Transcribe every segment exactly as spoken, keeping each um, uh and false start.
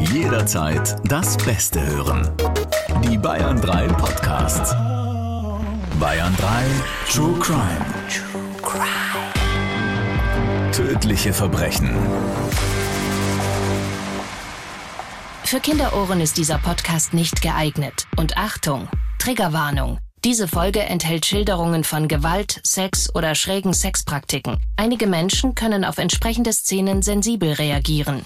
Jederzeit das Beste hören. Die Bayern drei Podcasts. Bayern drei True Crime. True Crime. Tödliche Verbrechen. Für Kinderohren ist dieser Podcast nicht geeignet. Und Achtung, Triggerwarnung. Diese Folge enthält Schilderungen von Gewalt, Sex oder schrägen Sexpraktiken. Einige Menschen können auf entsprechende Szenen sensibel reagieren.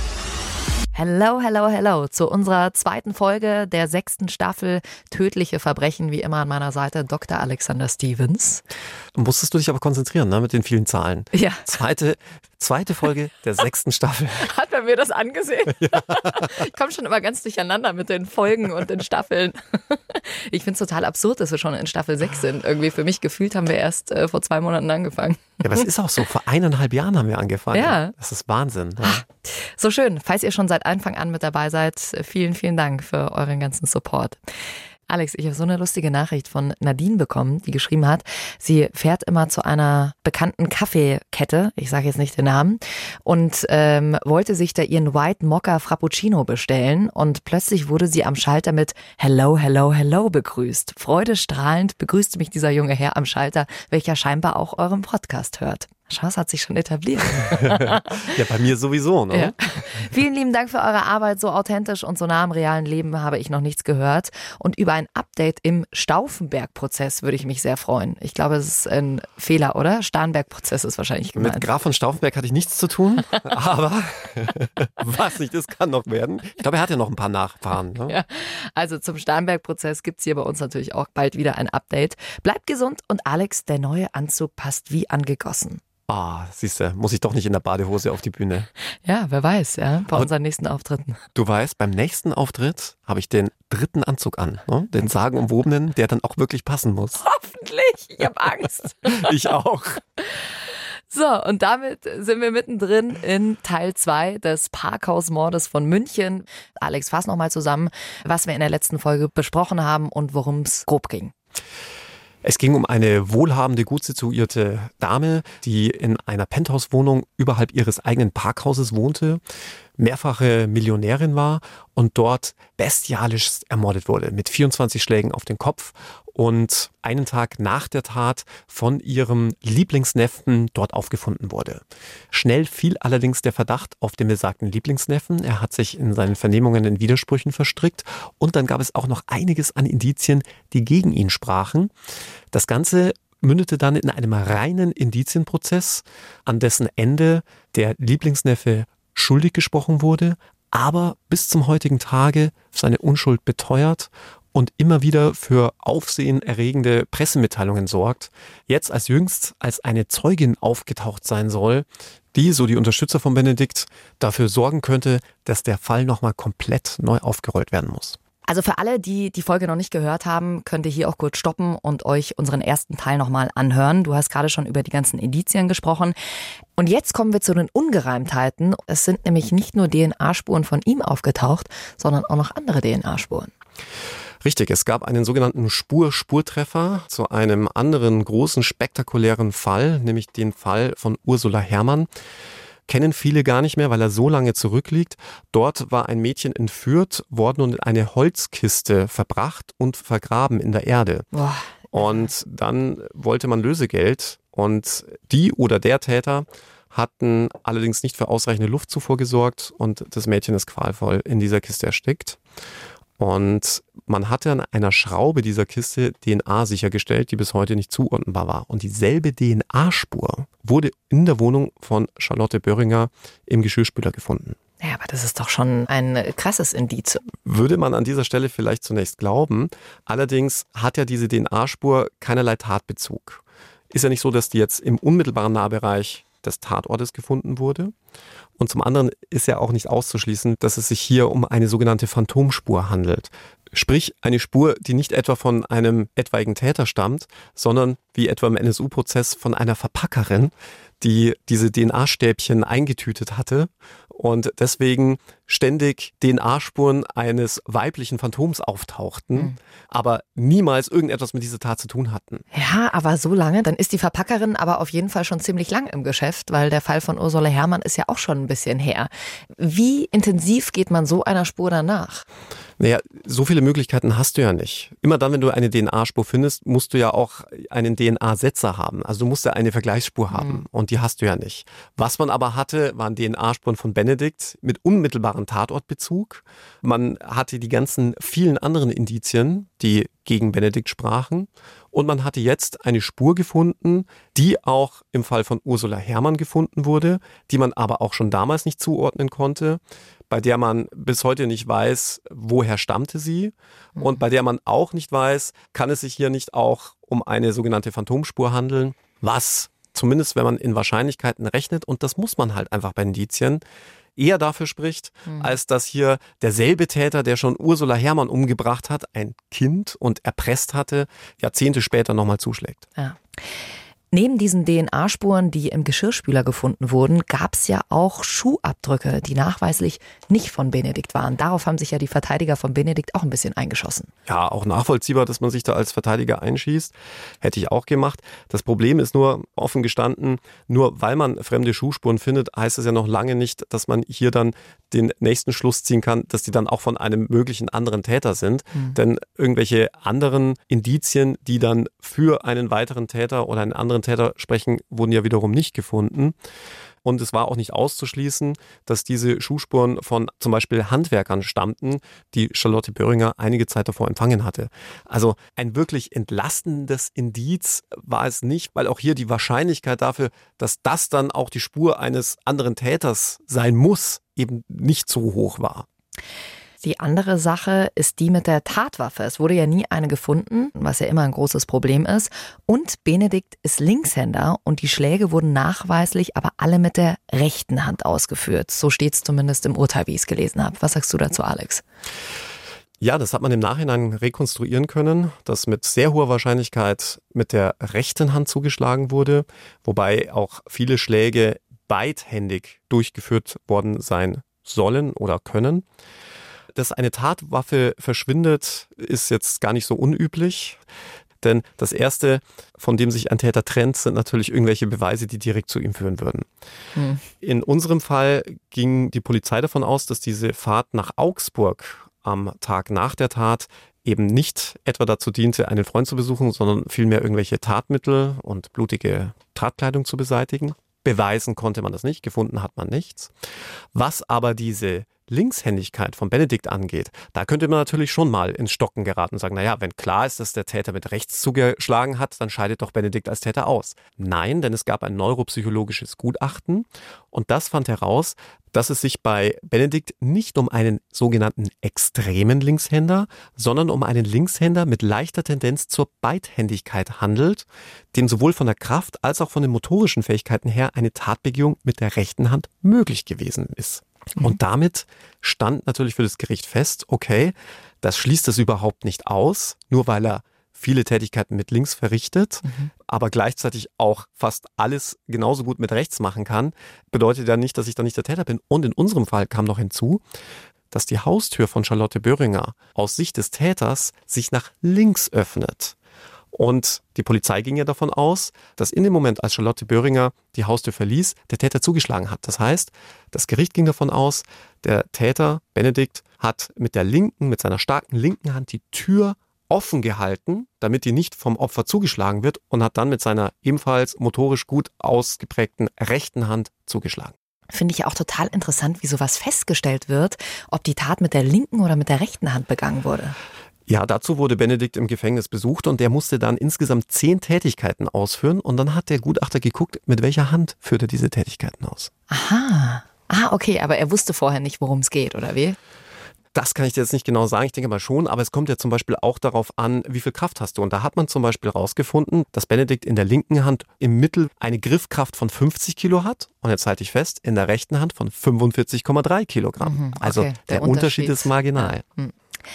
Hello, hello, hello zu unserer zweiten Folge der sechsten Staffel Tödliche Verbrechen. Wie immer an meiner Seite Doktor Alexander Stevens. Musstest du dich aber konzentrieren, ne, mit den vielen Zahlen. Ja. Zweite, zweite Folge der sechsten Staffel. Hat man mir das angesehen? Ja. Ich komme schon immer ganz durcheinander mit den Folgen und den Staffeln. Ich finde es total absurd, dass wir schon in Staffel sechs sind. Irgendwie für mich gefühlt haben wir erst äh, vor zwei Monaten angefangen. Ja, aber es ist auch so, vor eineinhalb Jahren haben wir angefangen. Ja. Das ist Wahnsinn. Ja. So schön. Falls ihr schon seit Anfang an mit dabei seid, vielen, vielen Dank für euren ganzen Support. Alex, ich habe so eine lustige Nachricht von Nadine bekommen, die geschrieben hat, sie fährt immer zu einer bekannten Kaffeekette, ich sage jetzt nicht den Namen, und ähm, wollte sich da ihren White Mocha Frappuccino bestellen und plötzlich wurde sie am Schalter mit Hello, hello, hello begrüßt. Freudestrahlend begrüßte mich dieser junge Herr am Schalter, welcher scheinbar auch euren Podcast hört. Chance hat sich schon etabliert. Ja, bei mir sowieso. Ne? Ja. Vielen lieben Dank für eure Arbeit. So authentisch und so nah am realen Leben habe ich noch nichts gehört. Und über ein Update im Stauffenberg-Prozess würde ich mich sehr freuen. Ich glaube, es ist ein Fehler, oder? Starnberg-Prozess ist wahrscheinlich gemeint. Mit Graf von Stauffenberg hatte ich nichts zu tun, aber was nicht ist, kann noch werden. Ich glaube, er hat ja noch ein paar Nachfahren. Ne? Ja. Also zum Starnberg-Prozess gibt es hier bei uns natürlich auch bald wieder ein Update. Bleibt gesund und Alex, der neue Anzug passt wie angegossen. Ah, siehst du, muss ich doch nicht in der Badehose auf die Bühne. Ja, wer weiß, ja, bei unseren nächsten Auftritten. Du weißt, beim nächsten Auftritt habe ich den dritten Anzug an, ne? Den sagenumwobenen, der dann auch wirklich passen muss. Hoffentlich, ich habe Angst. Ich auch. So, und damit sind wir mittendrin in Teil zwei des Parkhausmordes von München. Alex, fass nochmal zusammen, was wir in der letzten Folge besprochen haben und worum es grob ging. Es ging um eine wohlhabende, gut situierte Dame, die in einer Penthouse-Wohnung überhalb ihres eigenen Parkhauses wohnte, mehrfache Millionärin war und dort bestialisch ermordet wurde, mit vierundzwanzig Schlägen auf den Kopf und einen Tag nach der Tat von ihrem Lieblingsneffen dort aufgefunden wurde. Schnell fiel allerdings der Verdacht auf den besagten Lieblingsneffen. Er hat sich in seinen Vernehmungen in Widersprüchen verstrickt und dann gab es auch noch einiges an Indizien, die gegen ihn sprachen. Das Ganze mündete dann in einem reinen Indizienprozess, an dessen Ende der Lieblingsneffe schuldig gesprochen wurde, aber bis zum heutigen Tage seine Unschuld beteuert und immer wieder für aufsehenerregende Pressemitteilungen sorgt. Jetzt als jüngst als eine Zeugin aufgetaucht sein soll, die, so die Unterstützer von Benedikt, dafür sorgen könnte, dass der Fall nochmal komplett neu aufgerollt werden muss. Also für alle, die die Folge noch nicht gehört haben, könnt ihr hier auch kurz stoppen und euch unseren ersten Teil nochmal anhören. Du hast gerade schon über die ganzen Indizien gesprochen. Und jetzt kommen wir zu den Ungereimtheiten. Es sind nämlich nicht nur D N A-Spuren von ihm aufgetaucht, sondern auch noch andere D N A-Spuren. Richtig, es gab einen sogenannten Spur-Spurtreffer zu einem anderen großen, spektakulären Fall, nämlich den Fall von Ursula Herrmann. Kennen viele gar nicht mehr, weil er so lange zurückliegt. Dort war ein Mädchen entführt worden und in eine Holzkiste verbracht und vergraben in der Erde. Boah. Und dann wollte man Lösegeld und die oder der Täter hatten allerdings nicht für ausreichende Luftzufuhr gesorgt und das Mädchen ist qualvoll in dieser Kiste erstickt. Und man hatte an einer Schraube dieser Kiste D N A sichergestellt, die bis heute nicht zuordnenbar war. Und dieselbe D N A-Spur wurde in der Wohnung von Charlotte Böhringer im Geschirrspüler gefunden. Ja, aber das ist doch schon ein krasses Indiz. Würde man an dieser Stelle vielleicht zunächst glauben. Allerdings hat ja diese D N A-Spur keinerlei Tatbezug. Ist ja nicht so, dass die jetzt im unmittelbaren Nahbereich des Tatortes gefunden wurde. Und zum anderen ist ja auch nicht auszuschließen, dass es sich hier um eine sogenannte Phantomspur handelt. Sprich, eine Spur, die nicht etwa von einem etwaigen Täter stammt, sondern wie etwa im N S U-Prozess von einer Verpackerin, die diese D N A-Stäbchen eingetütet hatte und deswegen ständig D N A-Spuren eines weiblichen Phantoms auftauchten, mhm. aber niemals irgendetwas mit dieser Tat zu tun hatten. Ja, aber so lange, dann ist die Verpackerin aber auf jeden Fall schon ziemlich lang im Geschäft, weil der Fall von Ursula Herrmann ist ja auch schon ein bisschen her. Wie intensiv geht man so einer Spur danach? Naja, so viele Möglichkeiten hast du ja nicht. Immer dann, wenn du eine D N A-Spur findest, musst du ja auch einen D N A-Setzer haben. Also du musst ja eine Vergleichsspur haben mhm. und die hast du ja nicht. Was man aber hatte, waren D N A-Spuren von Benedikt mit unmittelbarem Tatortbezug. Man hatte die ganzen vielen anderen Indizien, die gegen Benedikt sprachen. Und man hatte jetzt eine Spur gefunden, die auch im Fall von Ursula Herrmann gefunden wurde, die man aber auch schon damals nicht zuordnen konnte, bei der man bis heute nicht weiß, woher stammte sie und bei der man auch nicht weiß, kann es sich hier nicht auch um eine sogenannte Phantomspur handeln, was zumindest, wenn man in Wahrscheinlichkeiten rechnet, und das muss man halt einfach bei Indizien, eher dafür spricht, mhm. als dass hier derselbe Täter, der schon Ursula Herrmann umgebracht hat, ein Kind und erpresst hatte, Jahrzehnte später nochmal zuschlägt. Ja. Neben diesen D N A-Spuren, die im Geschirrspüler gefunden wurden, gab es ja auch Schuhabdrücke, die nachweislich nicht von Benedikt waren. Darauf haben sich ja die Verteidiger von Benedikt auch ein bisschen eingeschossen. Ja, auch nachvollziehbar, dass man sich da als Verteidiger einschießt. Hätte ich auch gemacht. Das Problem ist nur, offen gestanden, nur weil man fremde Schuhspuren findet, heißt es ja noch lange nicht, dass man hier dann den nächsten Schluss ziehen kann, dass die dann auch von einem möglichen anderen Täter sind. Mhm. Denn irgendwelche anderen Indizien, die dann für einen weiteren Täter oder einen anderen Täter sprechen, wurden ja wiederum nicht gefunden. Und es war auch nicht auszuschließen, dass diese Schuhspuren von zum Beispiel Handwerkern stammten, die Charlotte Böhringer einige Zeit davor empfangen hatte. Also ein wirklich entlastendes Indiz war es nicht, weil auch hier die Wahrscheinlichkeit dafür, dass das dann auch die Spur eines anderen Täters sein muss, eben nicht so hoch war. Die andere Sache ist die mit der Tatwaffe. Es wurde ja nie eine gefunden, was ja immer ein großes Problem ist. Und Benedikt ist Linkshänder und die Schläge wurden nachweislich aber alle mit der rechten Hand ausgeführt. So steht es zumindest im Urteil, wie ich es gelesen habe. Was sagst du dazu, Alex? Ja, das hat man im Nachhinein rekonstruieren können, dass mit sehr hoher Wahrscheinlichkeit mit der rechten Hand zugeschlagen wurde, wobei auch viele Schläge beidhändig durchgeführt worden sein sollen oder können. Dass eine Tatwaffe verschwindet, ist jetzt gar nicht so unüblich. Denn das Erste, von dem sich ein Täter trennt, sind natürlich irgendwelche Beweise, die direkt zu ihm führen würden. Hm. In unserem Fall ging die Polizei davon aus, dass diese Fahrt nach Augsburg am Tag nach der Tat eben nicht etwa dazu diente, einen Freund zu besuchen, sondern vielmehr irgendwelche Tatmittel und blutige Tatkleidung zu beseitigen. Beweisen konnte man das nicht, gefunden hat man nichts. Was aber diese Linkshändigkeit von Benedikt angeht, da könnte man natürlich schon mal ins Stocken geraten und sagen, naja, wenn klar ist, dass der Täter mit rechts zugeschlagen hat, dann scheidet doch Benedikt als Täter aus. Nein, denn es gab ein neuropsychologisches Gutachten und das fand heraus, dass es sich bei Benedikt nicht um einen sogenannten extremen Linkshänder, sondern um einen Linkshänder mit leichter Tendenz zur Beidhändigkeit handelt, dem sowohl von der Kraft als auch von den motorischen Fähigkeiten her eine Tatbegehung mit der rechten Hand möglich gewesen ist. Mhm. Und damit stand natürlich für das Gericht fest, okay, das schließt es überhaupt nicht aus, nur weil er viele Tätigkeiten mit links verrichtet, mhm. aber gleichzeitig auch fast alles genauso gut mit rechts machen kann, bedeutet ja nicht, dass ich dann nicht der Täter bin. Und in unserem Fall kam noch hinzu, dass die Haustür von Charlotte Böhringer aus Sicht des Täters sich nach links öffnet. Und die Polizei ging ja davon aus, dass in dem Moment, als Charlotte Böhringer die Haustür verließ, der Täter zugeschlagen hat. Das heißt, das Gericht ging davon aus, der Täter, Benedikt, hat mit der linken, mit seiner starken linken Hand die Tür offen gehalten, damit die nicht vom Opfer zugeschlagen wird, und hat dann mit seiner ebenfalls motorisch gut ausgeprägten rechten Hand zugeschlagen. Finde ich ja auch total interessant, wie sowas festgestellt wird, ob die Tat mit der linken oder mit der rechten Hand begangen wurde. Ja, dazu wurde Benedikt im Gefängnis besucht und der musste dann insgesamt zehn Tätigkeiten ausführen und dann hat der Gutachter geguckt, mit welcher Hand führt er diese Tätigkeiten aus. Aha. Ah, okay, aber er wusste vorher nicht, worum es geht, oder wie? Das kann ich dir jetzt nicht genau sagen, ich denke mal schon, aber es kommt ja zum Beispiel auch darauf an, wie viel Kraft hast du. Und da hat man zum Beispiel rausgefunden, dass Benedikt in der linken Hand im Mittel eine Griffkraft von fünfzig Kilo hat und jetzt halte ich fest, in der rechten Hand von fünfundvierzig Komma drei Kilogramm. Mhm, okay. Also der, der Unterschied, Unterschied ist marginal. Ja. Hm.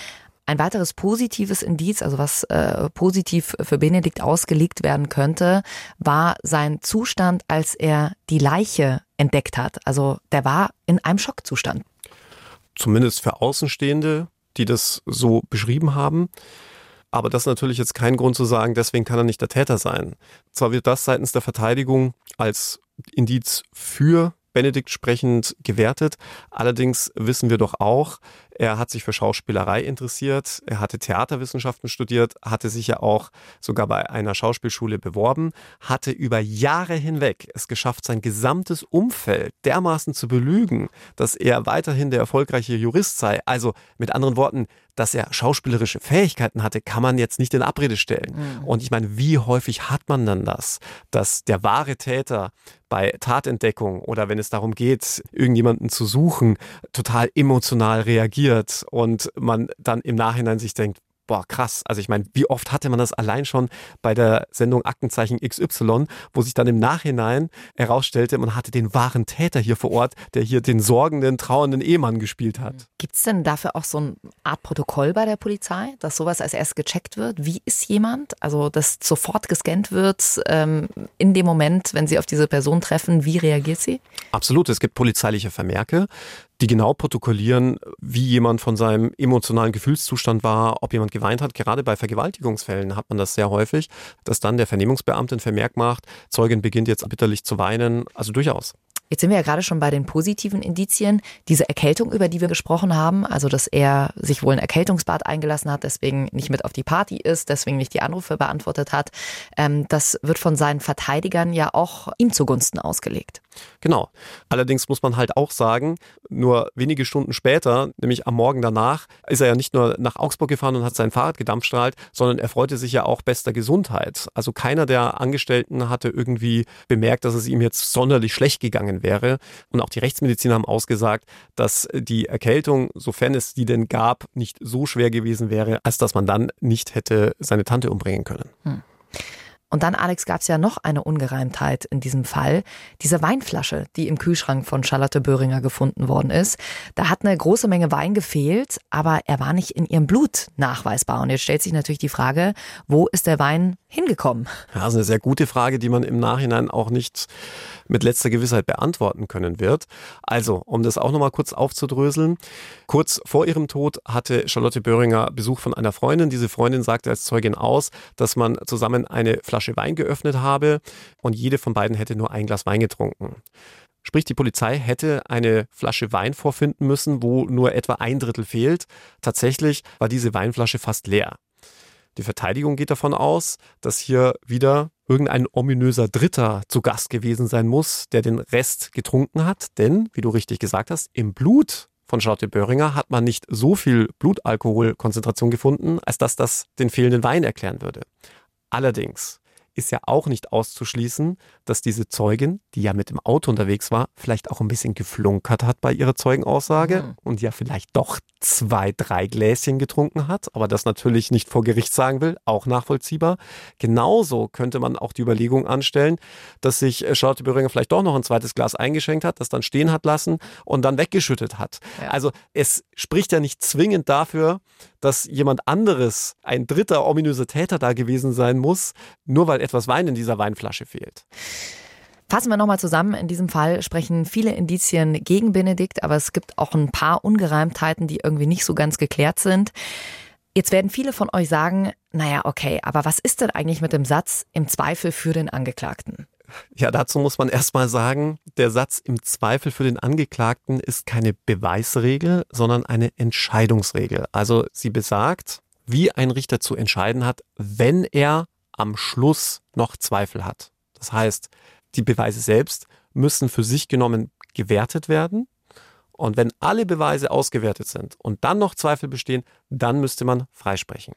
Ein weiteres positives Indiz, also was äh, positiv für Benedikt ausgelegt werden könnte, war sein Zustand, als er die Leiche entdeckt hat. Also der war in einem Schockzustand. Zumindest für Außenstehende, die das so beschrieben haben. Aber das ist natürlich jetzt kein Grund zu sagen, deswegen kann er nicht der Täter sein. Zwar wird das seitens der Verteidigung als Indiz für Benedikt sprechend gewertet. Allerdings wissen wir doch auch, er hat sich für Schauspielerei interessiert, er hatte Theaterwissenschaften studiert, hatte sich ja auch sogar bei einer Schauspielschule beworben, hatte über Jahre hinweg es geschafft, sein gesamtes Umfeld dermaßen zu belügen, dass er weiterhin der erfolgreiche Jurist sei. Also mit anderen Worten, dass er schauspielerische Fähigkeiten hatte, kann man jetzt nicht in Abrede stellen. Mhm. Und ich meine, wie häufig hat man dann das, dass der wahre Täter bei Tatentdeckung oder wenn es darum geht, irgendjemanden zu suchen, total emotional reagiert und man dann im Nachhinein sich denkt, boah, krass. Also ich meine, wie oft hatte man das allein schon bei der Sendung Aktenzeichen X Y, wo sich dann im Nachhinein herausstellte, man hatte den wahren Täter hier vor Ort, der hier den sorgenden, trauernden Ehemann gespielt hat. Gibt es denn dafür auch so eine Art Protokoll bei der Polizei, dass sowas als erst gecheckt wird? Wie ist jemand? Also, dass sofort gescannt wird ähm, in dem Moment, wenn Sie auf diese Person treffen, wie reagiert sie? Absolut, es gibt polizeiliche Vermerke, die genau protokollieren, wie jemand von seinem emotionalen Gefühlszustand war, ob jemand geweint hat. Gerade bei Vergewaltigungsfällen hat man das sehr häufig, dass dann der Vernehmungsbeamte ein Vermerk macht, Zeugin beginnt jetzt bitterlich zu weinen, also durchaus. Jetzt sind wir ja gerade schon bei den positiven Indizien. Diese Erkältung, über die wir gesprochen haben, also dass er sich wohl ein Erkältungsbad eingelassen hat, deswegen nicht mit auf die Party ist, deswegen nicht die Anrufe beantwortet hat, ähm, das wird von seinen Verteidigern ja auch ihm zugunsten ausgelegt. Genau. Allerdings muss man halt auch sagen, nur wenige Stunden später, nämlich am Morgen danach, ist er ja nicht nur nach Augsburg gefahren und hat sein Fahrrad gedampfstrahlt, sondern er freute sich ja auch bester Gesundheit. Also keiner der Angestellten hatte irgendwie bemerkt, dass es ihm jetzt sonderlich schlecht gegangen wäre. Und auch die Rechtsmediziner haben ausgesagt, dass die Erkältung, sofern es die denn gab, nicht so schwer gewesen wäre, als dass man dann nicht hätte seine Tante umbringen können. Hm. Und dann, Alex, gab es ja noch eine Ungereimtheit in diesem Fall. Diese Weinflasche, die im Kühlschrank von Charlotte Böhringer gefunden worden ist. Da hat eine große Menge Wein gefehlt, aber er war nicht in ihrem Blut nachweisbar. Und jetzt stellt sich natürlich die Frage, wo ist der Wein hingekommen? Ja, das ist eine sehr gute Frage, die man im Nachhinein auch nicht mit letzter Gewissheit beantworten können wird. Also, um das auch nochmal kurz aufzudröseln. Kurz vor ihrem Tod hatte Charlotte Böhringer Besuch von einer Freundin. Diese Freundin sagte als Zeugin aus, dass man zusammen eine Flasche Wein geöffnet habe und jede von beiden hätte nur ein Glas Wein getrunken. Sprich, die Polizei hätte eine Flasche Wein vorfinden müssen, wo nur etwa ein Drittel fehlt. Tatsächlich war diese Weinflasche fast leer. Die Verteidigung geht davon aus, dass hier wieder irgendein ominöser Dritter zu Gast gewesen sein muss, der den Rest getrunken hat. Denn, wie du richtig gesagt hast, im Blut von Charlotte Böhringer hat man nicht so viel Blutalkoholkonzentration gefunden, als dass das den fehlenden Wein erklären würde. Allerdings ist ja auch nicht auszuschließen, dass diese Zeugin, die ja mit dem Auto unterwegs war, vielleicht auch ein bisschen geflunkert hat bei ihrer Zeugenaussage mhm. und ja vielleicht doch zwei, drei Gläschen getrunken hat, aber das natürlich nicht vor Gericht sagen will, auch nachvollziehbar. Genauso könnte man auch die Überlegung anstellen, dass sich Charlotte Böhringer vielleicht doch noch ein zweites Glas eingeschenkt hat, das dann stehen hat lassen und dann weggeschüttet hat. Ja. Also es spricht ja nicht zwingend dafür, dass jemand anderes, ein dritter ominöser Täter da gewesen sein muss, nur weil etwas Wein in dieser Weinflasche fehlt. Fassen wir nochmal zusammen. In diesem Fall sprechen viele Indizien gegen Benedikt, aber es gibt auch ein paar Ungereimtheiten, die irgendwie nicht so ganz geklärt sind. Jetzt werden viele von euch sagen, naja, okay, aber was ist denn eigentlich mit dem Satz im Zweifel für den Angeklagten? Ja, dazu muss man erstmal sagen, der Satz im Zweifel für den Angeklagten ist keine Beweisregel, sondern eine Entscheidungsregel. Also sie besagt, wie ein Richter zu entscheiden hat, wenn er am Schluss noch Zweifel hat. Das heißt, die Beweise selbst müssen für sich genommen gewertet werden. Und wenn alle Beweise ausgewertet sind und dann noch Zweifel bestehen, dann müsste man freisprechen.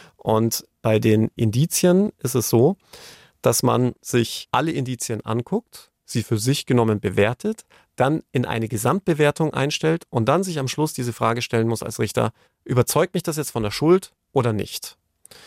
Und bei den Indizien ist es so, dass man sich alle Indizien anguckt, sie für sich genommen bewertet, dann in eine Gesamtbewertung einstellt und dann sich am Schluss diese Frage stellen muss als Richter, überzeugt mich das jetzt von der Schuld oder nicht?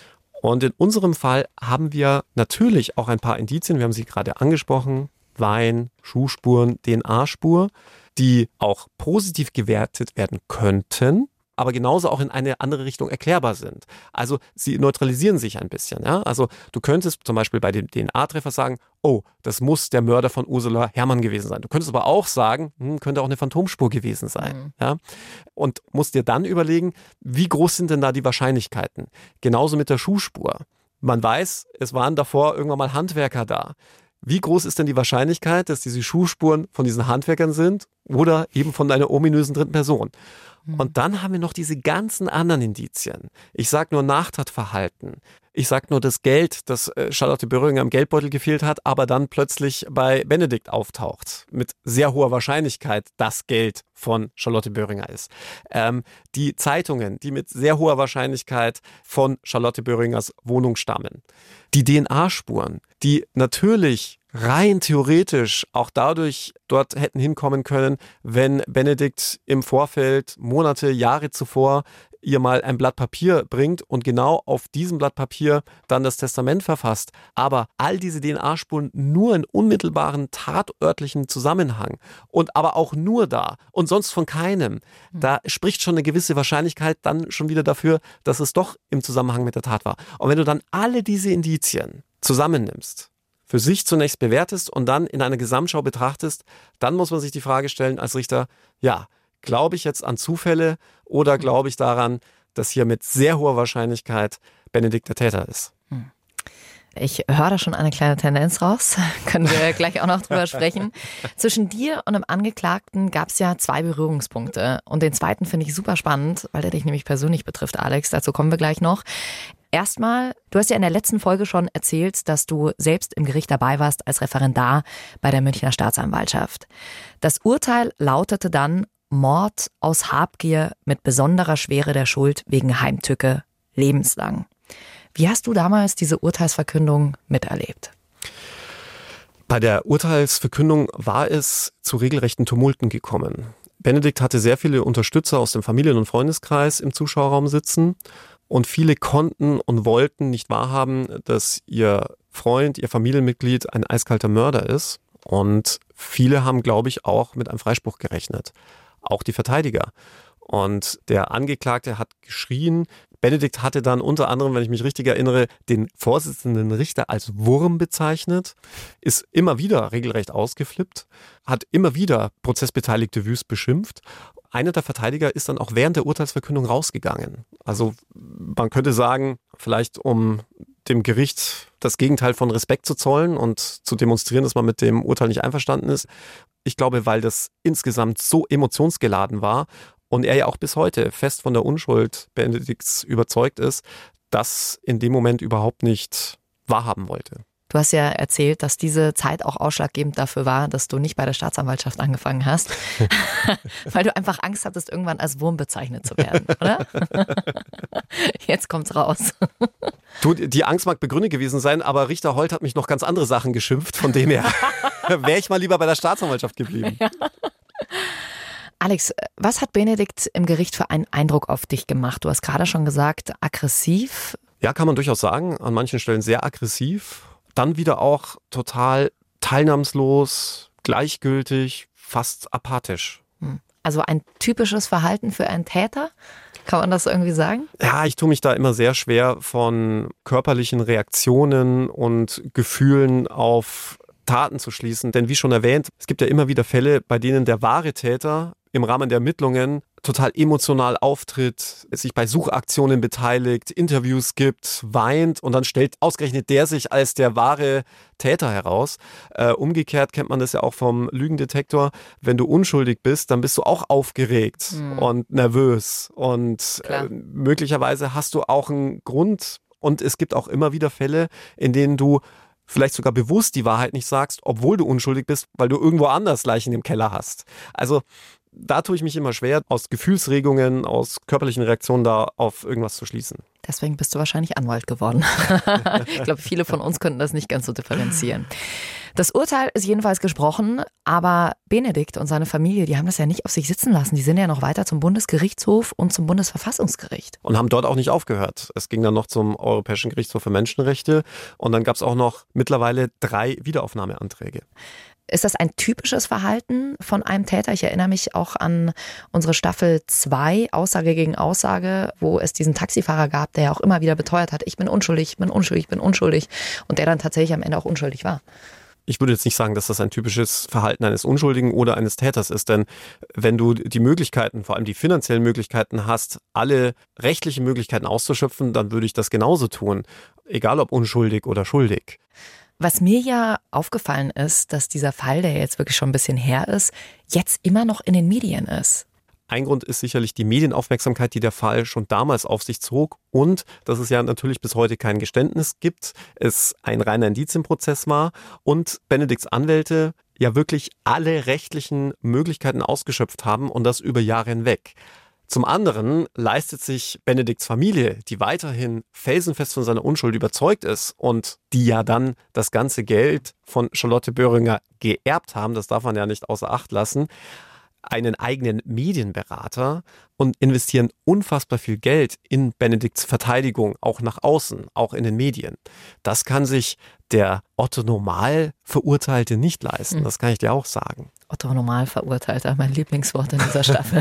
Und in unserem Fall haben wir natürlich auch ein paar Indizien, wir haben sie gerade angesprochen, Wein, Schuhspuren, D N A-Spur, die auch positiv gewertet werden könnten. aber genauso auch in eine andere Richtung erklärbar sind. Also sie neutralisieren sich ein bisschen. Ja? Also du könntest zum Beispiel bei dem D N A-Treffer sagen, oh, das muss der Mörder von Ursula Herrmann gewesen sein. Du könntest aber auch sagen, hm, könnte auch eine Phantomspur gewesen sein. Mhm. Ja? Und musst dir dann überlegen, wie groß sind denn da die Wahrscheinlichkeiten? Genauso mit der Schuhspur. Man weiß, es waren davor irgendwann mal Handwerker da. Wie groß ist denn die Wahrscheinlichkeit, dass diese Schuhspuren von diesen Handwerkern sind oder eben von einer ominösen dritten Person? Mhm. Und dann haben wir noch diese ganzen anderen Indizien. Ich sage nur Nachtatverhalten. Ich sage nur das Geld, das Charlotte Böhringer im Geldbeutel gefehlt hat, aber dann plötzlich bei Benedikt auftaucht. Mit sehr hoher Wahrscheinlichkeit das Geld von Charlotte Böhringer ist. Ähm, die Zeitungen, die mit sehr hoher Wahrscheinlichkeit von Charlotte Böhringers Wohnung stammen. Die D N A-Spuren, die natürlich rein theoretisch auch dadurch dort hätten hinkommen können, wenn Benedikt im Vorfeld, Monate, Jahre zuvor, ihr mal ein Blatt Papier bringt und genau auf diesem Blatt Papier dann das Testament verfasst. Aber all diese D N A-Spuren nur in unmittelbaren tatörtlichen Zusammenhang und aber auch nur da und sonst von keinem. Da spricht schon eine gewisse Wahrscheinlichkeit dann schon wieder dafür, dass es doch im Zusammenhang mit der Tat war. Und wenn du dann alle diese Indizien zusammennimmst, für sich zunächst bewertest und dann in einer Gesamtschau betrachtest, dann muss man sich die Frage stellen als Richter, ja, glaube ich jetzt an Zufälle oder glaube ich daran, dass hier mit sehr hoher Wahrscheinlichkeit Benedikt der Täter ist? Ich höre da schon eine kleine Tendenz raus, können wir gleich auch noch drüber sprechen. Zwischen dir und dem Angeklagten gab es ja zwei Berührungspunkte und den zweiten finde ich super spannend, weil der dich nämlich persönlich betrifft, Alex, dazu kommen wir gleich noch. Erstmal, du hast ja in der letzten Folge schon erzählt, dass du selbst im Gericht dabei warst als Referendar bei der Münchner Staatsanwaltschaft. Das Urteil lautete dann Mord aus Habgier mit besonderer Schwere der Schuld wegen Heimtücke, lebenslang. Wie hast du damals diese Urteilsverkündung miterlebt? Bei der Urteilsverkündung war es zu regelrechten Tumulten gekommen. Benedikt hatte sehr viele Unterstützer aus dem Familien- und Freundeskreis im Zuschauerraum sitzen und viele konnten und wollten nicht wahrhaben, dass ihr Freund, ihr Familienmitglied ein eiskalter Mörder ist. Und viele haben, glaube ich, auch mit einem Freispruch gerechnet. Auch die Verteidiger. Und der Angeklagte hat geschrien. Benedikt hatte dann unter anderem, wenn ich mich richtig erinnere, den Vorsitzenden Richter als Wurm bezeichnet, ist immer wieder regelrecht ausgeflippt, hat immer wieder Prozessbeteiligte wüst beschimpft. Einer der Verteidiger ist dann auch während der Urteilsverkündung rausgegangen. Also man könnte sagen, vielleicht um dem Gericht das Gegenteil von Respekt zu zollen und zu demonstrieren, dass man mit dem Urteil nicht einverstanden ist. Ich glaube, weil das insgesamt so emotionsgeladen war und er ja auch bis heute fest von der Unschuld Benedikts überzeugt ist, das in dem Moment überhaupt nicht wahrhaben wollte. Du hast ja erzählt, dass diese Zeit auch ausschlaggebend dafür war, dass du nicht bei der Staatsanwaltschaft angefangen hast, weil du einfach Angst hattest, irgendwann als Wurm bezeichnet zu werden, oder? Jetzt kommt's raus. Du, die Angst mag begründet gewesen sein, aber Richter Holt hat mich noch ganz andere Sachen geschimpft, von dem her wäre ich mal lieber bei der Staatsanwaltschaft geblieben. Ja. Alex, was hat Benedikt im Gericht für einen Eindruck auf dich gemacht? Du hast gerade schon gesagt, aggressiv. Ja, kann man durchaus sagen. An manchen Stellen sehr aggressiv. Dann wieder auch total teilnahmslos, gleichgültig, fast apathisch. Also ein typisches Verhalten für einen Täter? Kann man das irgendwie sagen? Ja, ich tue mich da immer sehr schwer von körperlichen Reaktionen und Gefühlen auf Taten zu schließen. Denn wie schon erwähnt, es gibt ja immer wieder Fälle, bei denen der wahre Täter im Rahmen der Ermittlungen total emotional auftritt, sich bei Suchaktionen beteiligt, Interviews gibt, weint und dann stellt ausgerechnet der sich als der wahre Täter heraus. Äh, umgekehrt kennt man das ja auch vom Lügendetektor. Wenn du unschuldig bist, dann bist du auch aufgeregt mhm. und nervös und äh, möglicherweise hast du auch einen Grund und es gibt auch immer wieder Fälle, in denen du vielleicht sogar bewusst die Wahrheit nicht sagst, obwohl du unschuldig bist, weil du irgendwo anders Leichen im Keller hast. Also da tue ich mich immer schwer, aus Gefühlsregungen, aus körperlichen Reaktionen da auf irgendwas zu schließen. Deswegen bist du wahrscheinlich Anwalt geworden. Ich glaube, viele von uns könnten das nicht ganz so differenzieren. Das Urteil ist jedenfalls gesprochen, aber Benedikt und seine Familie, die haben das ja nicht auf sich sitzen lassen. Die sind ja noch weiter zum Bundesgerichtshof und zum Bundesverfassungsgericht. Und haben dort auch nicht aufgehört. Es ging dann noch zum Europäischen Gerichtshof für Menschenrechte und dann gab es auch noch mittlerweile drei Wiederaufnahmeanträge. Ist das ein typisches Verhalten von einem Täter? Ich erinnere mich auch an unsere Staffel zwei, Aussage gegen Aussage, wo es diesen Taxifahrer gab, der ja auch immer wieder beteuert hat, ich bin unschuldig, ich bin unschuldig, ich bin unschuldig und der dann tatsächlich am Ende auch unschuldig war. Ich würde jetzt nicht sagen, dass das ein typisches Verhalten eines Unschuldigen oder eines Täters ist, denn wenn du die Möglichkeiten, vor allem die finanziellen Möglichkeiten hast, alle rechtlichen Möglichkeiten auszuschöpfen, dann würde ich das genauso tun, egal ob unschuldig oder schuldig. Was mir ja aufgefallen ist, dass dieser Fall, der jetzt wirklich schon ein bisschen her ist, jetzt immer noch in den Medien ist. Ein Grund ist sicherlich die Medienaufmerksamkeit, die der Fall schon damals auf sich zog und dass es ja natürlich bis heute kein Geständnis gibt, es ein reiner Indizienprozess war und Benedikts Anwälte ja wirklich alle rechtlichen Möglichkeiten ausgeschöpft haben und das über Jahre hinweg. Zum anderen leistet sich Benedikts Familie, die weiterhin felsenfest von seiner Unschuld überzeugt ist und die ja dann das ganze Geld von Charlotte Böhringer geerbt haben, das darf man ja nicht außer Acht lassen, einen eigenen Medienberater und investieren unfassbar viel Geld in Benedikts Verteidigung, auch nach außen, auch in den Medien. Das kann sich der Otto-Normal-Verurteilte nicht leisten, das kann ich dir auch sagen. Otto-Normal-Verurteilter, mein Lieblingswort in dieser Staffel.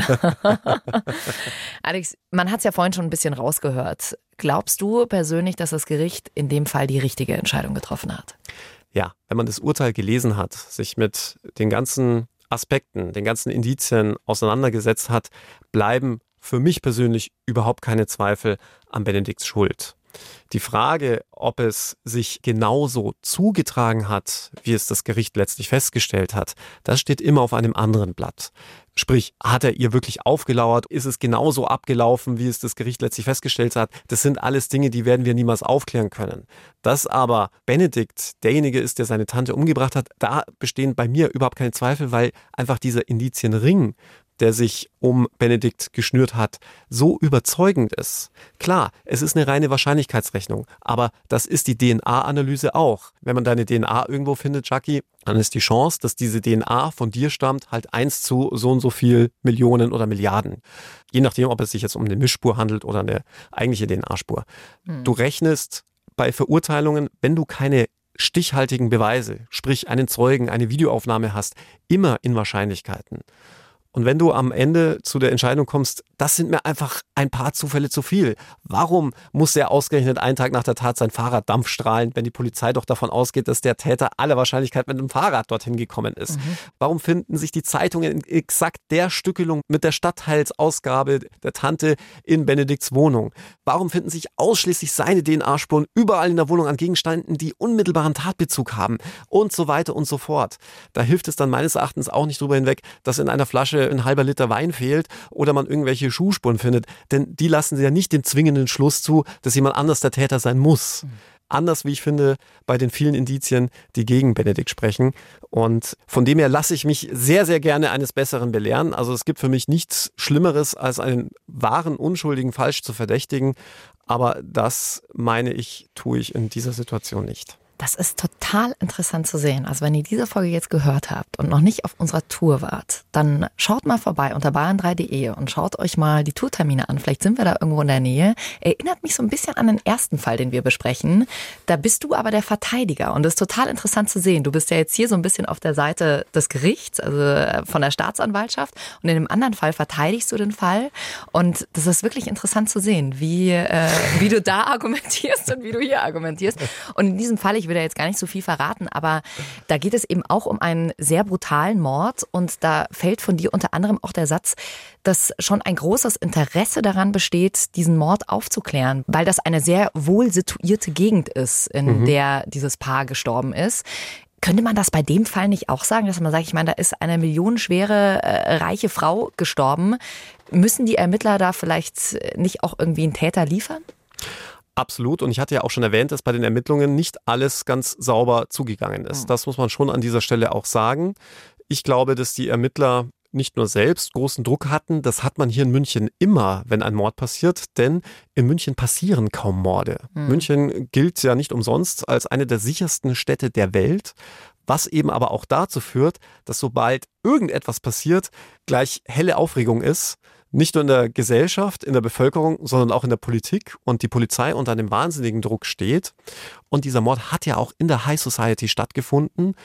Alex, man hat es ja vorhin schon ein bisschen rausgehört. Glaubst du persönlich, dass das Gericht in dem Fall die richtige Entscheidung getroffen hat? Ja, wenn man das Urteil gelesen hat, sich mit den ganzen Aspekten, den ganzen Indizien auseinandergesetzt hat, bleiben für mich persönlich überhaupt keine Zweifel an Benedikts Schuld. Die Frage, ob es sich genauso zugetragen hat, wie es das Gericht letztlich festgestellt hat, das steht immer auf einem anderen Blatt. Sprich, hat er ihr wirklich aufgelauert? Ist es genauso abgelaufen, wie es das Gericht letztlich festgestellt hat? Das sind alles Dinge, die werden wir niemals aufklären können. Dass aber Benedikt derjenige ist, der seine Tante umgebracht hat, da bestehen bei mir überhaupt keine Zweifel, weil einfach dieser Indizienring, der sich um Benedikt geschnürt hat, so überzeugend ist. Klar, es ist eine reine Wahrscheinlichkeitsrechnung, aber das ist die D N A-Analyse auch. Wenn man deine D N A irgendwo findet, Jackie, dann ist die Chance, dass diese D N A von dir stammt, halt eins zu so und so viel Millionen oder Milliarden. Je nachdem, ob es sich jetzt um eine Mischspur handelt oder eine eigentliche D N A-Spur. Hm. Du rechnest bei Verurteilungen, wenn du keine stichhaltigen Beweise, sprich einen Zeugen, eine Videoaufnahme hast, immer in Wahrscheinlichkeiten. Und wenn du am Ende zu der Entscheidung kommst, das sind mir einfach ein paar Zufälle zu viel. Warum muss er ausgerechnet einen Tag nach der Tat sein Fahrrad dampfstrahlen, wenn die Polizei doch davon ausgeht, dass der Täter aller Wahrscheinlichkeit mit dem Fahrrad dorthin gekommen ist? Mhm. Warum finden sich die Zeitungen in exakt der Stückelung mit der Stadtteilsausgabe der Tante in Benedikts Wohnung? Warum finden sich ausschließlich seine D N A-Spuren überall in der Wohnung an Gegenständen, die unmittelbaren Tatbezug haben? Und so weiter und so fort. Da hilft es dann meines Erachtens auch nicht drüber hinweg, dass in einer Flasche ein halber Liter Wein fehlt oder man irgendwelche Schuhspuren findet. Denn die lassen sie ja nicht den zwingenden Schluss zu, dass jemand anders der Täter sein muss. Mhm. Anders, wie ich finde, bei den vielen Indizien, die gegen Benedikt sprechen. Und von dem her lasse ich mich sehr, sehr gerne eines Besseren belehren. Also es gibt für mich nichts Schlimmeres, als einen wahren Unschuldigen falsch zu verdächtigen. Aber das, meine ich, tue ich in dieser Situation nicht. Das ist total interessant zu sehen. Also wenn ihr diese Folge jetzt gehört habt und noch nicht auf unserer Tour wart, dann schaut mal vorbei unter bayern drei punkt de und schaut euch mal die Tourtermine an. Vielleicht sind wir da irgendwo in der Nähe. Erinnert mich so ein bisschen an den ersten Fall, den wir besprechen. Da bist du aber der Verteidiger und das ist total interessant zu sehen. Du bist ja jetzt hier so ein bisschen auf der Seite des Gerichts, also von der Staatsanwaltschaft, und in dem anderen Fall verteidigst du den Fall und das ist wirklich interessant zu sehen, wie, äh, wie du da argumentierst und wie du hier argumentierst. Und in diesem Fall, ich Ich will da jetzt gar nicht so viel verraten, aber da geht es eben auch um einen sehr brutalen Mord und da fällt von dir unter anderem auch der Satz, dass schon ein großes Interesse daran besteht, diesen Mord aufzuklären, weil das eine sehr wohl situierte Gegend ist, in mhm. der dieses Paar gestorben ist. Könnte man das bei dem Fall nicht auch sagen, dass man sagt, ich meine, da ist eine millionenschwere, äh, reiche Frau gestorben. Müssen die Ermittler da vielleicht nicht auch irgendwie einen Täter liefern? Absolut. Und ich hatte ja auch schon erwähnt, dass bei den Ermittlungen nicht alles ganz sauber zugegangen ist. Das muss man schon an dieser Stelle auch sagen. Ich glaube, dass die Ermittler nicht nur selbst großen Druck hatten, das hat man hier in München immer, wenn ein Mord passiert, denn in München passieren kaum Morde. Mhm. München gilt ja nicht umsonst als eine der sichersten Städte der Welt, was eben aber auch dazu führt, dass sobald irgendetwas passiert, gleich helle Aufregung ist. Nicht nur in der Gesellschaft, in der Bevölkerung, sondern auch in der Politik und die Polizei unter einem wahnsinnigen Druck steht. Und dieser Mord hat ja auch in der High Society stattgefunden.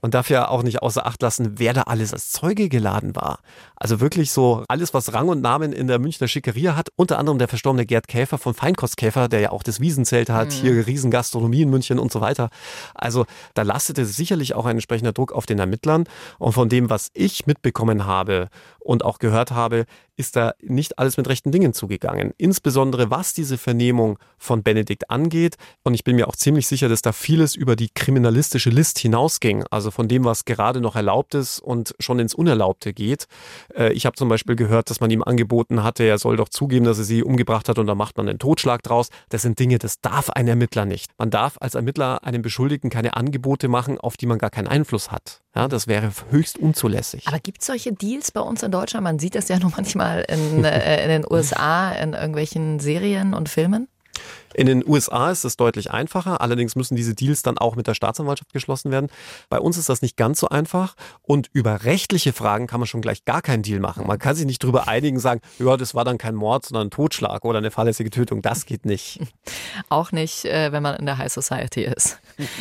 Man darf ja auch nicht außer Acht lassen, wer da alles als Zeuge geladen war. Also wirklich so alles, was Rang und Namen in der Münchner Schickeria hat. Unter anderem der verstorbene Gerd Käfer von Feinkostkäfer, der ja auch das Wiesenzelt hat, mhm. hier Riesengastronomie in München und so weiter. Also da lastete sicherlich auch ein entsprechender Druck auf den Ermittlern. Und von dem, was ich mitbekommen habe und auch gehört habe, ist da nicht alles mit rechten Dingen zugegangen. Insbesondere was diese Vernehmung von Benedikt angeht. Und ich bin mir auch ziemlich sicher, dass da vieles über die kriminalistische List hinausging. Also von dem, was gerade noch erlaubt ist und schon ins Unerlaubte geht. Ich habe zum Beispiel gehört, dass man ihm angeboten hatte, er soll doch zugeben, dass er sie umgebracht hat und da macht man einen Totschlag draus. Das sind Dinge, das darf ein Ermittler nicht. Man darf als Ermittler einem Beschuldigten keine Angebote machen, auf die man gar keinen Einfluss hat. Ja, das wäre höchst unzulässig. Aber gibt es solche Deals bei uns in Deutschland? Man sieht das ja noch manchmal in, äh, in den U S A, in irgendwelchen Serien und Filmen. In den U S A ist es deutlich einfacher, allerdings müssen diese Deals dann auch mit der Staatsanwaltschaft geschlossen werden. Bei uns ist das nicht ganz so einfach und über rechtliche Fragen kann man schon gleich gar keinen Deal machen. Man kann sich nicht drüber einigen, sagen, ja, das war dann kein Mord, sondern ein Totschlag oder eine fahrlässige Tötung. Das geht nicht. Auch nicht, wenn man in der High Society ist.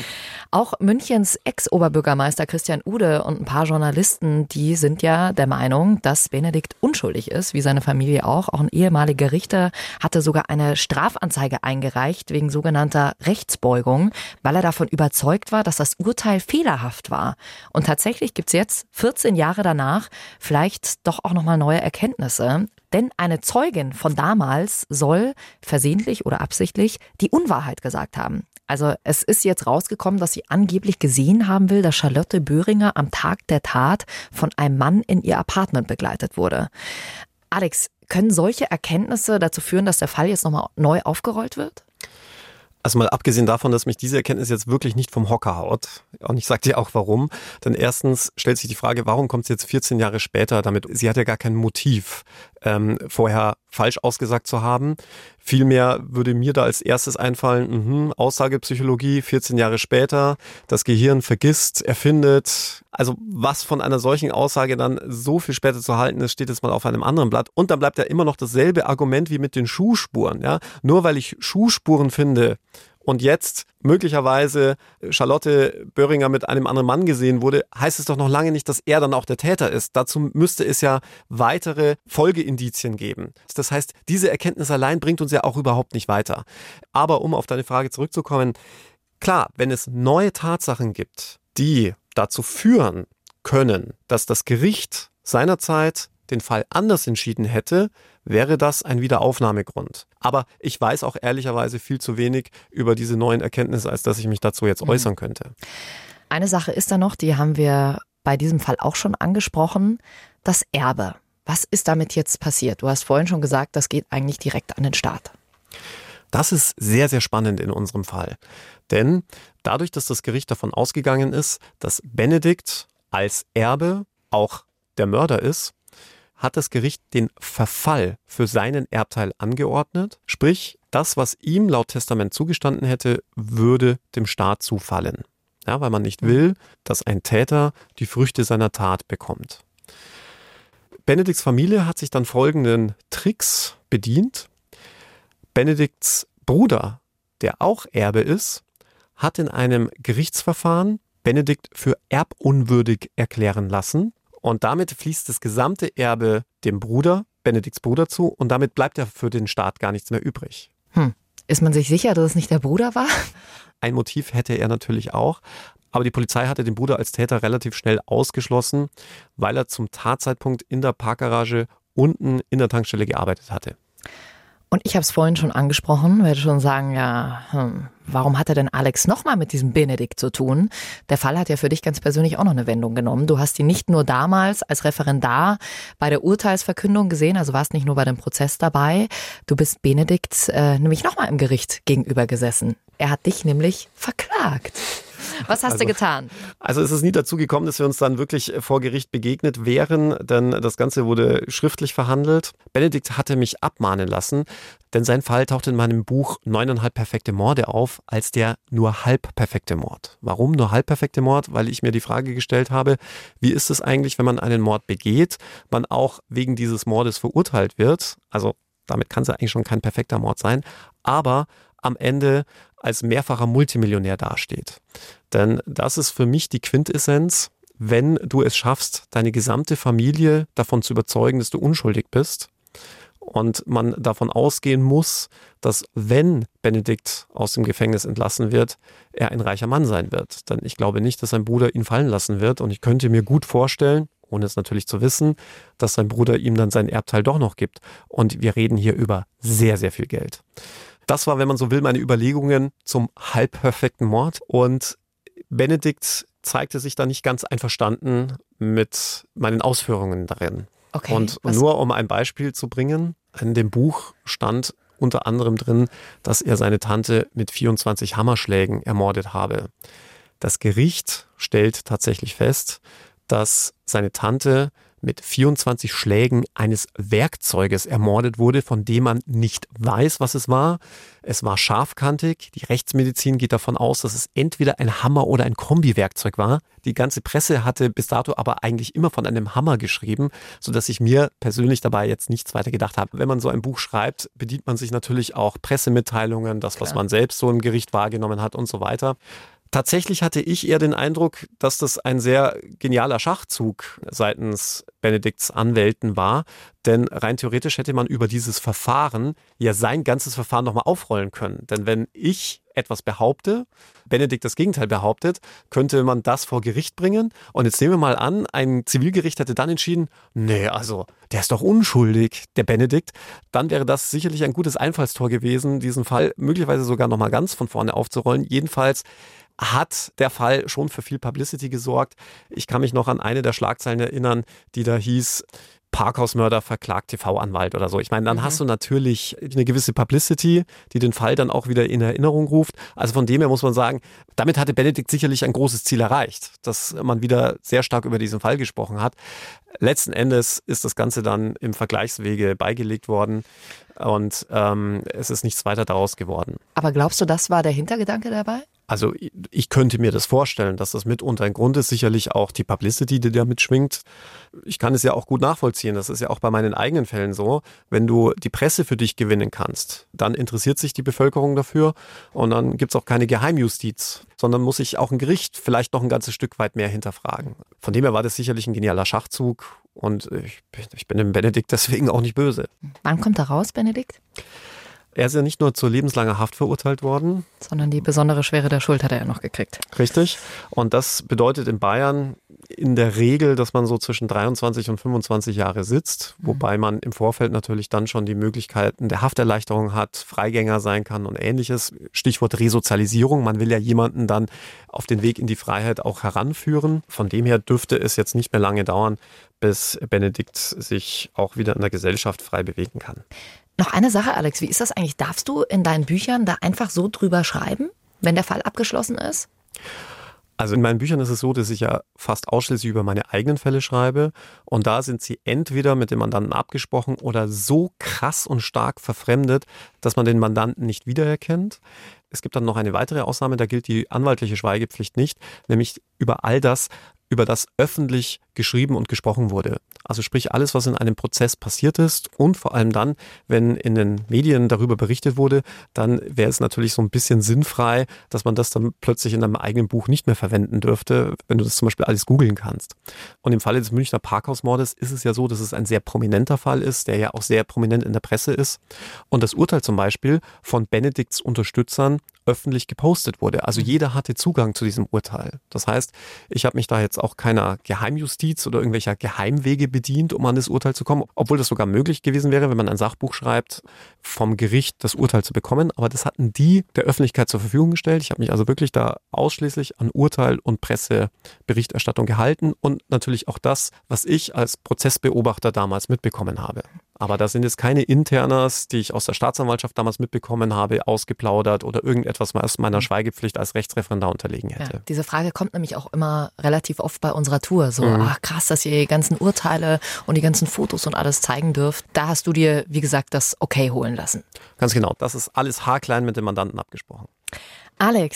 Auch Münchens Ex-Oberbürgermeister Christian Ude und ein paar Journalisten, die sind ja der Meinung, dass Benedikt unschuldig ist, wie seine Familie auch. Auch ein ehemaliger Richter hatte sogar eine Strafanzeige eingereicht wegen sogenannter Rechtsbeugung, weil er davon überzeugt war, dass das Urteil fehlerhaft war. Und tatsächlich gibt es jetzt, vierzehn Jahre danach, vielleicht doch auch nochmal neue Erkenntnisse. Denn eine Zeugin von damals soll versehentlich oder absichtlich die Unwahrheit gesagt haben. Also es ist jetzt rausgekommen, dass sie angeblich gesehen haben will, dass Charlotte Böhringer am Tag der Tat von einem Mann in ihr Apartment begleitet wurde. Alex, können solche Erkenntnisse dazu führen, dass der Fall jetzt nochmal neu aufgerollt wird? Also mal abgesehen davon, dass mich diese Erkenntnis jetzt wirklich nicht vom Hocker haut. Und ich sage dir auch warum. Denn erstens stellt sich die Frage, warum kommt es jetzt vierzehn Jahre später damit? Sie hat ja gar kein Motiv, ähm, vorher falsch ausgesagt zu haben. Vielmehr würde mir da als erstes einfallen, mh, Aussagepsychologie, vierzehn Jahre später, das Gehirn vergisst, erfindet. Also was von einer solchen Aussage dann so viel später zu halten ist, steht jetzt mal auf einem anderen Blatt. Und dann bleibt ja immer noch dasselbe Argument wie mit den Schuhspuren. Ja? Nur weil ich Schuhspuren finde und jetzt möglicherweise Charlotte Böhringer mit einem anderen Mann gesehen wurde, heißt es doch noch lange nicht, dass er dann auch der Täter ist. Dazu müsste es ja weitere Folgeindizien geben. Das heißt, diese Erkenntnis allein bringt uns ja auch überhaupt nicht weiter. Aber um auf deine Frage zurückzukommen, klar, wenn es neue Tatsachen gibt, die dazu führen können, dass das Gericht seinerzeit den Fall anders entschieden hätte, wäre das ein Wiederaufnahmegrund. Aber ich weiß auch ehrlicherweise viel zu wenig über diese neuen Erkenntnisse, als dass ich mich dazu jetzt mhm. äußern könnte. Eine Sache ist da noch, die haben wir bei diesem Fall auch schon angesprochen, das Erbe. Was ist damit jetzt passiert? Du hast vorhin schon gesagt, das geht eigentlich direkt an den Staat. Das ist sehr, sehr spannend in unserem Fall. Denn dadurch, dass das Gericht davon ausgegangen ist, dass Benedikt als Erbe auch der Mörder ist, hat das Gericht den Verfall für seinen Erbteil angeordnet. Sprich, das, was ihm laut Testament zugestanden hätte, würde dem Staat zufallen. Ja, weil man nicht will, dass ein Täter die Früchte seiner Tat bekommt. Benedikts Familie hat sich dann folgenden Tricks bedient. Benedikts Bruder, der auch Erbe ist, hat in einem Gerichtsverfahren Benedikt für erbunwürdig erklären lassen. Und damit fließt das gesamte Erbe dem Bruder, Benedikts Bruder, zu. Und damit bleibt ja für den Staat gar nichts mehr übrig. Hm. Ist man sich sicher, dass es nicht der Bruder war? Ein Motiv hätte er natürlich auch. Aber die Polizei hatte den Bruder als Täter relativ schnell ausgeschlossen, weil er zum Tatzeitpunkt in der Parkgarage unten in der Tankstelle gearbeitet hatte. Und ich habe es vorhin schon angesprochen, werde schon sagen, ja, hm, warum hat er denn Alex nochmal mit diesem Benedikt zu tun? Der Fall hat ja für dich ganz persönlich auch noch eine Wendung genommen. Du hast ihn nicht nur damals als Referendar bei der Urteilsverkündung gesehen, also warst nicht nur bei dem Prozess dabei. Du bist Benedikt äh, nämlich nochmal im Gericht gegenüber gesessen. Er hat dich nämlich verklagt. Was hast also, du getan? Also es ist nie dazu gekommen, dass wir uns dann wirklich vor Gericht begegnet wären, denn das Ganze wurde schriftlich verhandelt. Benedikt hatte mich abmahnen lassen, denn sein Fall taucht in meinem Buch Neuneinhalb perfekte Morde auf als der nur halb perfekte Mord. Warum nur halb perfekte Mord? Weil ich mir die Frage gestellt habe, wie ist es eigentlich, wenn man einen Mord begeht, man auch wegen dieses Mordes verurteilt wird? Also damit kann es ja eigentlich schon kein perfekter Mord sein, aber am Ende als mehrfacher Multimillionär dasteht. Denn das ist für mich die Quintessenz, wenn du es schaffst, deine gesamte Familie davon zu überzeugen, dass du unschuldig bist und man davon ausgehen muss, dass wenn Benedikt aus dem Gefängnis entlassen wird, er ein reicher Mann sein wird. Denn ich glaube nicht, dass sein Bruder ihn fallen lassen wird und ich könnte mir gut vorstellen, ohne es natürlich zu wissen, dass sein Bruder ihm dann sein Erbteil doch noch gibt. Und wir reden hier über sehr, sehr viel Geld. Das war, wenn man so will, meine Überlegungen zum halbperfekten Mord. Und Benedikt zeigte sich da nicht ganz einverstanden mit meinen Ausführungen darin. Okay, und was? Nur um ein Beispiel zu bringen, in dem Buch stand unter anderem drin, dass er seine Tante mit vierundzwanzig Hammerschlägen ermordet habe. Das Gericht stellt tatsächlich fest, dass seine Tante mit vierundzwanzig Schlägen eines Werkzeuges ermordet wurde, von dem man nicht weiß, was es war. Es war scharfkantig. Die Rechtsmedizin geht davon aus, dass es entweder ein Hammer oder ein Kombiwerkzeug war. Die ganze Presse hatte bis dato aber eigentlich immer von einem Hammer geschrieben, sodass ich mir persönlich dabei jetzt nichts weiter gedacht habe. Wenn man so ein Buch schreibt, bedient man sich natürlich auch Pressemitteilungen, das, was man selbst so im Gericht wahrgenommen hat und so weiter. Tatsächlich hatte ich eher den Eindruck, dass das ein sehr genialer Schachzug seitens Benedikts Anwälten war, denn rein theoretisch hätte man über dieses Verfahren ja sein ganzes Verfahren nochmal aufrollen können. Denn wenn ich etwas behaupte, Benedikt das Gegenteil behauptet, könnte man das vor Gericht bringen. Und jetzt nehmen wir mal an, ein Zivilgericht hätte dann entschieden, nee, also der ist doch unschuldig, der Benedikt. Dann wäre das sicherlich ein gutes Einfallstor gewesen, diesen Fall möglicherweise sogar nochmal ganz von vorne aufzurollen. Jedenfalls hat der Fall schon für viel Publicity gesorgt. Ich kann mich noch an eine der Schlagzeilen erinnern, die da hieß, Parkhausmörder verklagt T V-Anwalt oder so. Ich meine, dann mhm. hast du natürlich eine gewisse Publicity, die den Fall dann auch wieder in Erinnerung ruft. Also von dem her muss man sagen, damit hatte Benedikt sicherlich ein großes Ziel erreicht, dass man wieder sehr stark über diesen Fall gesprochen hat. Letzten Endes ist das Ganze dann im Vergleichswege beigelegt worden und ähm, es ist nichts weiter daraus geworden. Aber glaubst du, das war der Hintergedanke dabei? Also ich könnte mir das vorstellen, dass das mitunter ein Grund ist, sicherlich auch die Publicity, die da mitschwingt. Ich kann es ja auch gut nachvollziehen, das ist ja auch bei meinen eigenen Fällen so. Wenn du die Presse für dich gewinnen kannst, dann interessiert sich die Bevölkerung dafür und dann gibt es auch keine Geheimjustiz, sondern muss sich auch ein Gericht vielleicht noch ein ganzes Stück weit mehr hinterfragen. Von dem her war das sicherlich ein genialer Schachzug und ich, ich bin dem Benedikt deswegen auch nicht böse. Wann kommt er raus, Benedikt? Er ist ja nicht nur zu lebenslanger Haft verurteilt worden. Sondern die besondere Schwere der Schuld hat er ja noch gekriegt. Richtig. Und das bedeutet in Bayern in der Regel, dass man so zwischen dreiundzwanzig und fünfundzwanzig Jahre sitzt, mhm. wobei man im Vorfeld natürlich dann schon die Möglichkeiten der Hafterleichterung hat, Freigänger sein kann und ähnliches. Stichwort Resozialisierung. Man will ja jemanden dann auf den Weg in die Freiheit auch heranführen. Von dem her dürfte es jetzt nicht mehr lange dauern, bis Benedikt sich auch wieder in der Gesellschaft frei bewegen kann. Noch eine Sache, Alex, wie ist das eigentlich? Darfst du in deinen Büchern da einfach so drüber schreiben, wenn der Fall abgeschlossen ist? Also in meinen Büchern ist es so, dass ich ja fast ausschließlich über meine eigenen Fälle schreibe und da sind sie entweder mit dem Mandanten abgesprochen oder so krass und stark verfremdet, dass man den Mandanten nicht wiedererkennt. Es gibt dann noch eine weitere Ausnahme, da gilt die anwaltliche Schweigepflicht nicht, nämlich über all das, über das öffentlich geschrieben und gesprochen wurde. Also sprich alles, was in einem Prozess passiert ist und vor allem dann, wenn in den Medien darüber berichtet wurde, dann wäre es natürlich so ein bisschen sinnfrei, dass man das dann plötzlich in einem eigenen Buch nicht mehr verwenden dürfte, wenn du das zum Beispiel alles googeln kannst. Und im Falle des Münchner Parkhausmordes ist es ja so, dass es ein sehr prominenter Fall ist, der ja auch sehr prominent in der Presse ist. Und das Urteil zum Beispiel von Benedikts Unterstützern öffentlich gepostet wurde. Also jeder hatte Zugang zu diesem Urteil. Das heißt, ich habe mich da jetzt auch keiner Geheimjustiz oder irgendwelcher Geheimwege bedient, um an das Urteil zu kommen, obwohl das sogar möglich gewesen wäre, wenn man ein Sachbuch schreibt, vom Gericht das Urteil zu bekommen. Aber das hatten die der Öffentlichkeit zur Verfügung gestellt. Ich habe mich also wirklich da ausschließlich an Urteil und Presseberichterstattung gehalten und natürlich auch das, was ich als Prozessbeobachter damals mitbekommen habe. Aber da sind jetzt keine Internas, die ich aus der Staatsanwaltschaft damals mitbekommen habe, ausgeplaudert oder irgendetwas mal aus meiner Schweigepflicht als Rechtsreferendar unterlegen hätte. Ja, diese Frage kommt nämlich auch immer relativ oft bei unserer Tour. So, mhm. ach krass, dass ihr die ganzen Urteile und die ganzen Fotos und alles zeigen dürft. Da hast du dir, wie gesagt, das Okay holen lassen. Ganz genau. Das ist alles haarklein mit dem Mandanten abgesprochen. Alex,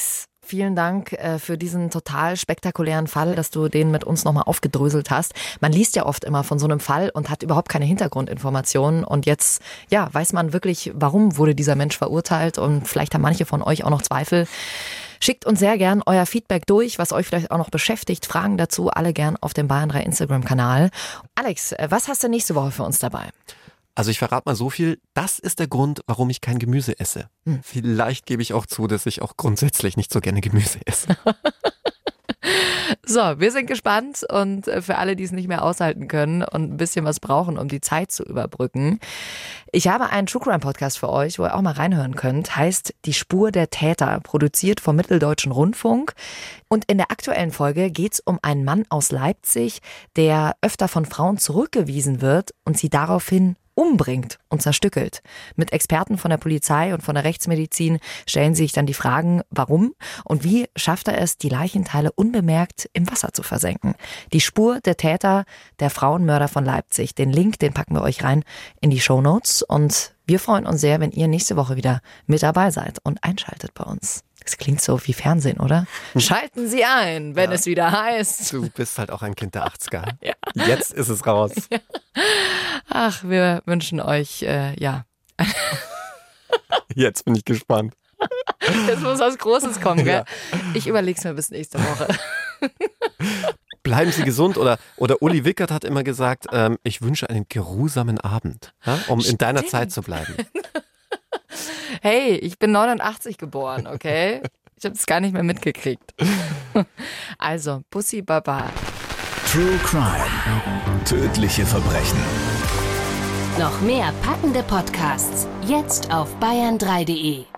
Vielen Dank äh, für diesen total spektakulären Fall, dass du den mit uns nochmal aufgedröselt hast. Man liest ja oft immer von so einem Fall und hat überhaupt keine Hintergrundinformationen. Und jetzt, ja, weiß man wirklich, warum wurde dieser Mensch verurteilt. Und vielleicht haben manche von euch auch noch Zweifel. Schickt uns sehr gern euer Feedback durch, was euch vielleicht auch noch beschäftigt. Fragen dazu alle gern auf dem Bayern drei Instagram-Kanal. Alex, was hast du nächste Woche für uns dabei? Also ich verrate mal so viel, das ist der Grund, warum ich kein Gemüse esse. Hm. Vielleicht gebe ich auch zu, dass ich auch grundsätzlich nicht so gerne Gemüse esse. So, wir sind gespannt und für alle, die es nicht mehr aushalten können und ein bisschen was brauchen, um die Zeit zu überbrücken. Ich habe einen True Crime Podcast für euch, wo ihr auch mal reinhören könnt. Heißt Die Spur der Täter, produziert vom Mitteldeutschen Rundfunk. Und in der aktuellen Folge geht es um einen Mann aus Leipzig, der öfter von Frauen zurückgewiesen wird und sie daraufhin umbringt und zerstückelt. Mit Experten von der Polizei und von der Rechtsmedizin stellen sie sich dann die Fragen, warum und wie schafft er es, die Leichenteile unbemerkt im Wasser zu versenken. Die Spur der Täter, der Frauenmörder von Leipzig. Den Link, den packen wir euch rein in die Shownotes und wir freuen uns sehr, wenn ihr nächste Woche wieder mit dabei seid und einschaltet bei uns. Das klingt so wie Fernsehen, oder? Schalten Sie ein, wenn ja. es wieder heißt. Du bist halt auch ein Kind der achtziger. Ja. Jetzt ist es raus. Ja. Ach, wir wünschen euch, äh, ja. Jetzt bin ich gespannt. Jetzt muss was Großes kommen, gell? Ja. Ich überleg's mir bis nächste Woche. Bleiben Sie gesund oder, oder Uli Wickert hat immer gesagt, ähm, ich wünsche einen geruhsamen Abend, ja, um Stimmt. in deiner Zeit zu bleiben. Hey, ich bin neunundachtzig geboren, okay? Ich habe es gar nicht mehr mitgekriegt. Also, Bussi Baba. True Crime. Tödliche Verbrechen. Noch mehr packende Podcasts jetzt auf bayern drei punkt de.